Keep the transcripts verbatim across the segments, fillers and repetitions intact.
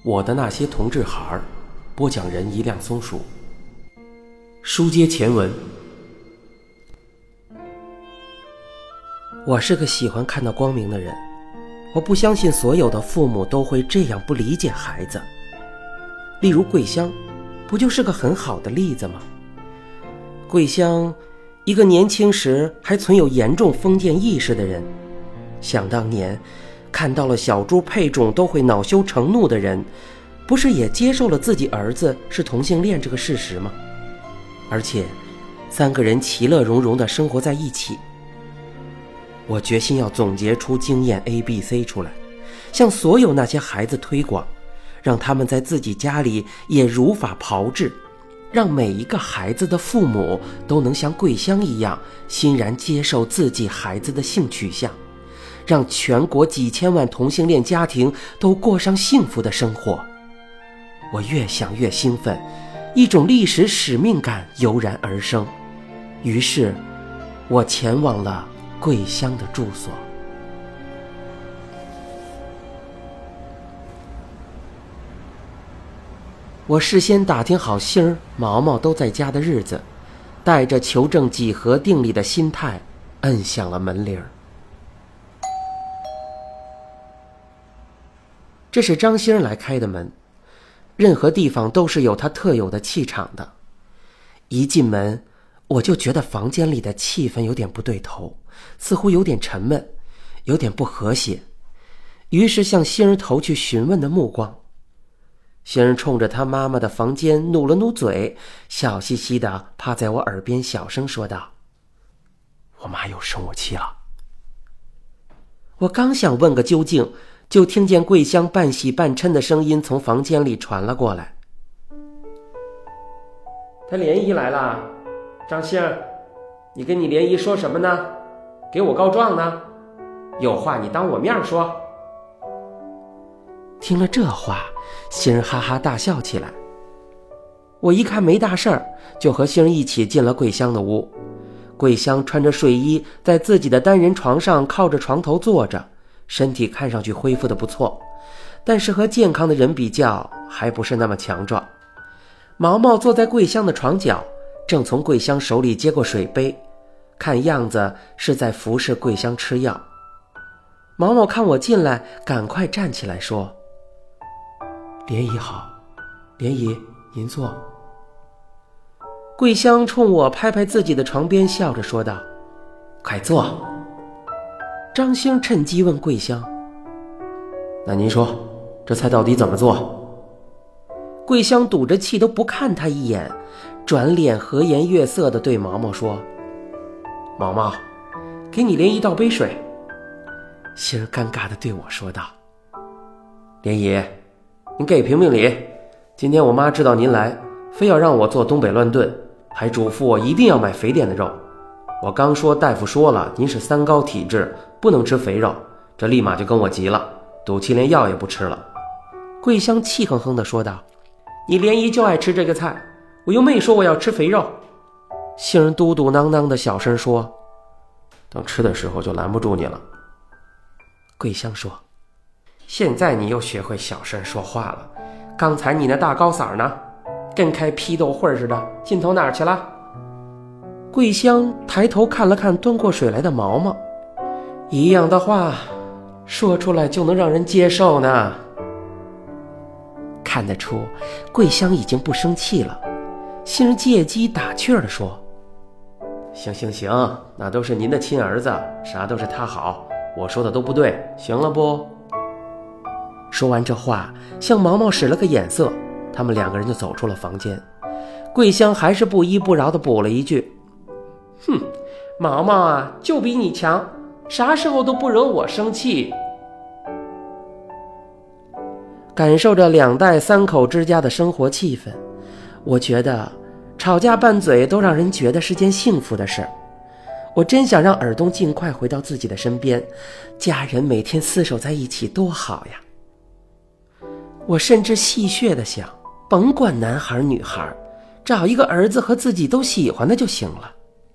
我的那些同志孩儿，播讲人一辆松鼠。书接前文，我是个喜欢看到光明的人，我不相信所有的父母都会这样不理解孩子。例如桂香，不就是个很好的例子吗？桂香，一个年轻时还存有严重封建意识的人，想当年看到了小猪配种都会恼羞成怒的人，不是也接受了自己儿子是同性恋这个事实吗？而且三个人其乐融融地生活在一起。我决心要总结出经验 A B C 出来，向所有那些孩子推广，让他们在自己家里也如法炮制，让每一个孩子的父母都能像桂香一样欣然接受自己孩子的性取向，让全国几千万同性恋家庭都过上幸福的生活。我越想越兴奋，一种历史使命感油然而生，于是我前往了桂香的住所。我事先打听好星儿、毛毛都在家的日子，带着求证几何定理的心态，摁响了门铃。这是张星儿来开的门，任何地方都是有他特有的气场的。一进门，我就觉得房间里的气氛有点不对头，似乎有点沉闷，有点不和谐，于是向星儿投去询问的目光。星儿冲着他妈妈的房间努了努嘴，笑嘻嘻地趴在我耳边小声说道：“我妈又生我气了。”我刚想问个究竟，就听见桂香半喜半嗔的声音从房间里传了过来：“他莲姨来了，张星儿，你跟你莲姨说什么呢？给我告状呢？有话你当我面说。”听了这话，星儿哈哈大笑起来。我一看没大事儿，就和星儿一起进了桂香的屋。桂香穿着睡衣，在自己的单人床上靠着床头坐着，身体看上去恢复得不错，但是和健康的人比较，还不是那么强壮。毛毛坐在桂香的床角，正从桂香手里接过水杯，看样子是在服侍桂香吃药。毛毛看我进来，赶快站起来说：“莲姨好，莲姨您坐。”桂香冲我拍拍自己的床边，笑着说道：“快坐。”张星趁机问桂香：“那您说，这菜到底怎么做？”桂香赌着气都不看他一眼，转脸和颜悦色地对毛毛说：“毛毛，给你莲姨倒杯水。”星儿尴尬地对我说道：“莲姨，您给评评理，今天我妈知道您来，非要让我做东北乱炖，还嘱咐我一定要买肥点的肉。我刚说大夫说了，您是三高体质，不能吃肥肉，这立马就跟我急了，赌气连药也不吃了。”桂香气哼哼地说道：“你莲姨就爱吃这个菜，我又没说我要吃肥肉。”星儿嘟嘟囔囔的小声说：“等吃的时候就拦不住你了。”桂香说：“现在你又学会小声说话了，刚才你那大高嗓呢，跟开批斗会似的，劲头哪儿去了？”桂香抬头看了看端过水来的毛毛，一样的话说出来就能让人接受呢。看得出桂香已经不生气了，星儿借机打趣地说：“行行行，那都是您的亲儿子，啥都是他好，我说的都不对，行了不？”说完这话，向毛毛使了个眼色，他们两个人就走出了房间。桂香还是不依不饶地补了一句：“哼，毛毛啊，就比你强，啥时候都不惹我生气。”感受着两代三口之家的生活气氛，我觉得吵架拌嘴都让人觉得是件幸福的事。我真想让尔东尽快回到自己的身边，家人每天厮守在一起多好呀。我甚至戏谑地想，甭管男孩女孩，找一个儿子和自己都喜欢的就行了。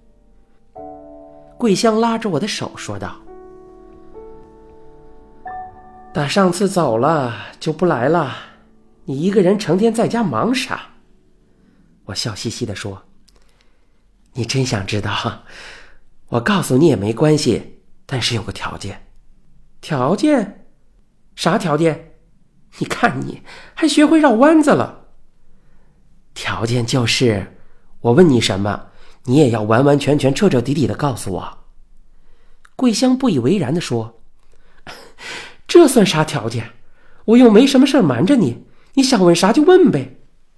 桂香拉着我的手说道：“打上次走了就不来了， 你一个人成天在家忙啥？我笑嘻嘻地说，你真想知道？我告诉你也没关系，但是有个条件。条件？啥条件？你看你还学会绕弯子了。条件就是，我问你什么，你也要完完全全彻彻底底的告诉我。桂香不以为然地说，这算啥条件？我又没什么事瞒着你，你想问啥就问呗。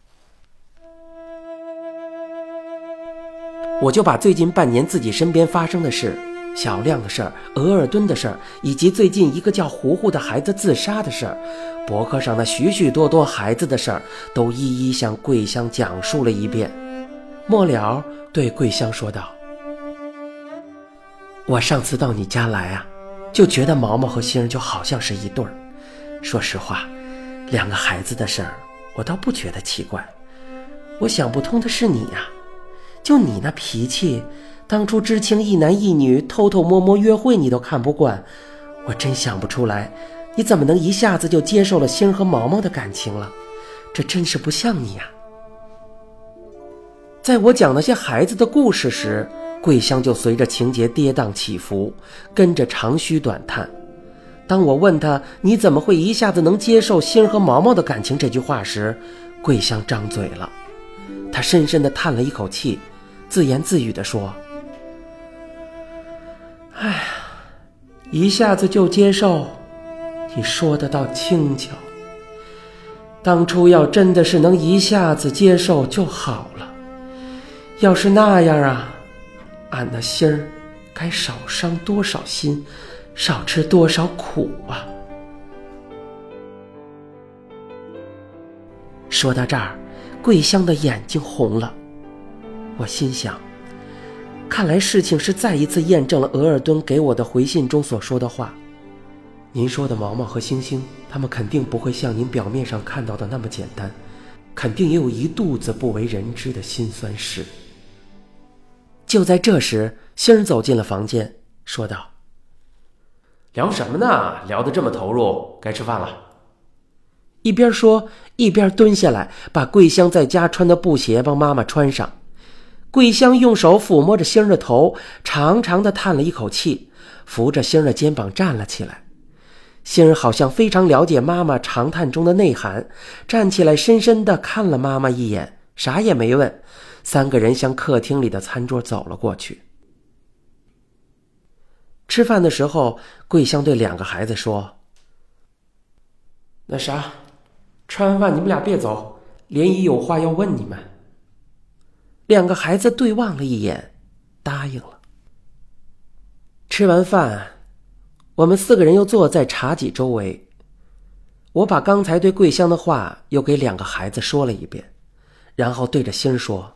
我就把最近半年自己身边发生的事，小亮的事儿，额尔敦的事儿，以及最近一个叫糊糊的孩子自杀的事儿，博客上的许许多多孩子的事儿，都一一向桂香讲述了一遍。末了对桂香说道，我上次到你家来啊，就觉得毛毛和星儿就好像是一对儿。说实话，两个孩子的事儿我倒不觉得奇怪，我想不通的是你呀、啊，就你那脾气，当初知青一男一女偷偷摸摸约会你都看不惯，我真想不出来你怎么能一下子就接受了星儿和毛毛的感情了，这真是不像你呀、啊。在我讲那些孩子的故事时，桂香就随着情节跌宕起伏，跟着长吁短叹。当我问他你怎么会一下子能接受星儿和毛毛的感情这句话时，桂香张嘴了，她深深地叹了一口气，自言自语地说，哎呀，一下子就接受，你说的倒轻巧，当初要真的是能一下子接受就好了，要是那样啊，俺那心儿该少伤多少心，少吃多少苦啊。说到这儿，桂香的眼睛红了。我心想，看来事情是再一次验证了额尔敦给我的回信中所说的话。您说的毛毛和星星，他们肯定不会像您表面上看到的那么简单，肯定也有一肚子不为人知的辛酸事。就在这时，星儿走进了房间，说道，聊什么呢？聊得这么投入，该吃饭了。一边说，一边蹲下来，把桂香在家穿的布鞋帮妈妈穿上。桂香用手抚摸着星儿的头，长长的叹了一口气，扶着星儿的肩膀站了起来。星儿好像非常了解妈妈长叹中的内涵，站起来深深地看了妈妈一眼，啥也没问。三个人向客厅里的餐桌走了过去。吃饭的时候，桂香对两个孩子说，那啥，吃完饭你们俩别走，莲姨有话要问你们。两个孩子对望了一眼，答应了。吃完饭，我们四个人又坐在茶几周围。我把刚才对桂香的话又给两个孩子说了一遍，然后对着星儿说，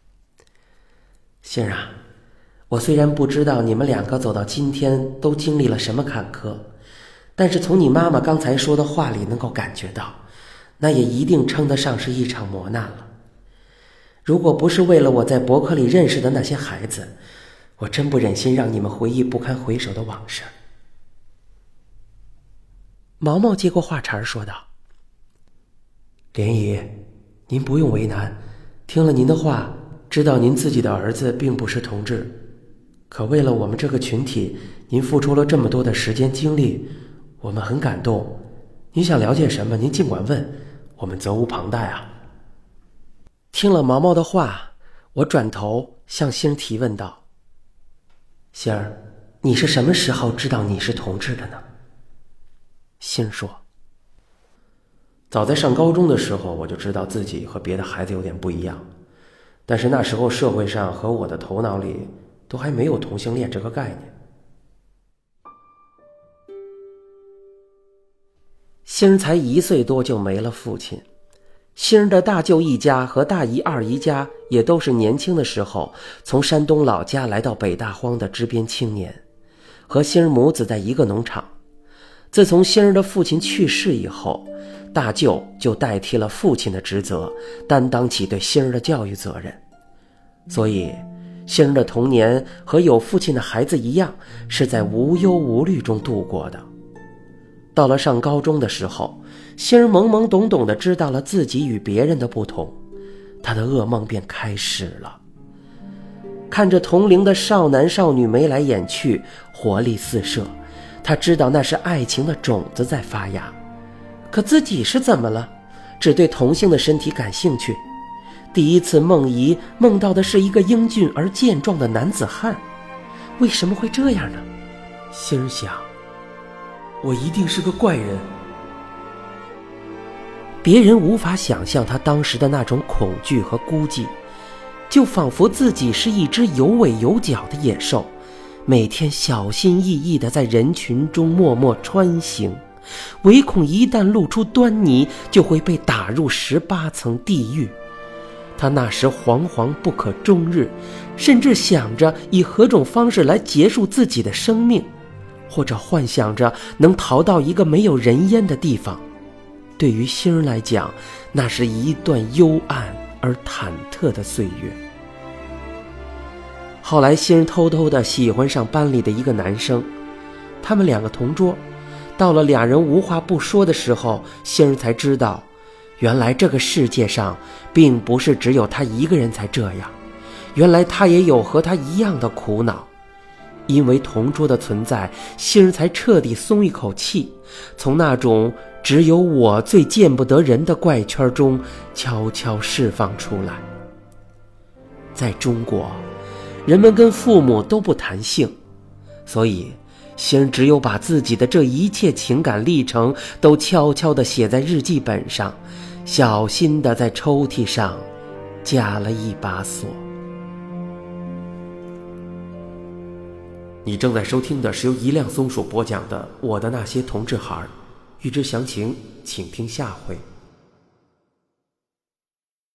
星儿啊，我虽然不知道你们两个走到今天都经历了什么坎坷，但是从你妈妈刚才说的话里能够感觉到，那也一定称得上是一场磨难了。如果不是为了我在博客里认识的那些孩子，我真不忍心让你们回忆不堪回首的往事。毛毛接过话茬说道，莲姨，您不用为难，听了您的话，知道您自己的儿子并不是同志，可为了我们这个群体，您付出了这么多的时间精力，我们很感动。您想了解什么，您尽管问，我们责无旁贷啊。听了毛毛的话，我转头向星儿提问道，星儿，你是什么时候知道你是同志的呢？星儿说，早在上高中的时候，我就知道自己和别的孩子有点不一样，但是那时候社会上和我的头脑里都还没有同性恋这个概念。星儿才一岁多就没了父亲，星儿的大舅一家和大姨二姨家也都是年轻的时候从山东老家来到北大荒的支边青年，和星儿母子在一个农场。自从星儿的父亲去世以后，大舅就代替了父亲的职责，担当起对星儿的教育责任。所以星儿的童年和有父亲的孩子一样，是在无忧无虑中度过的。到了上高中的时候， 星儿懵懵懂懂地知道了自己与别人的不同，他的噩梦便开始了。看着同龄的少男少女眉来眼去，活力四射，他知道那是爱情的种子在发芽。可自己是怎么了？只对同性的身体感兴趣。第一次梦遗梦到的是一个英俊而健壮的男子汉，为什么会这样呢？星儿想，我一定是个怪人。别人无法想象他当时的那种恐惧和孤寂，就仿佛自己是一只有尾有角的野兽，每天小心翼翼地在人群中默默穿行，唯恐一旦露出端倪，就会被打入十八层地狱。他那时惶惶不可终日，甚至想着以何种方式来结束自己的生命，或者幻想着能逃到一个没有人烟的地方。对于星儿来讲，那是一段幽暗而忐忑的岁月。后来星儿偷偷地喜欢上班里的一个男生，他们两个同桌，到了俩人无话不说的时候，星儿才知道，原来这个世界上并不是只有他一个人才这样，原来他也有和他一样的苦恼。因为同桌的存在，星儿才彻底松一口气，从那种只有我最见不得人的怪圈中悄悄释放出来。在中国，人们跟父母都不谈性，所以星儿只有把自己的这一切情感历程都悄悄地写在日记本上，小心地在抽屉上加了一把锁。你正在收听的是由一辆松鼠播讲的《我的那些同志孩儿》，欲知详情，请听下回。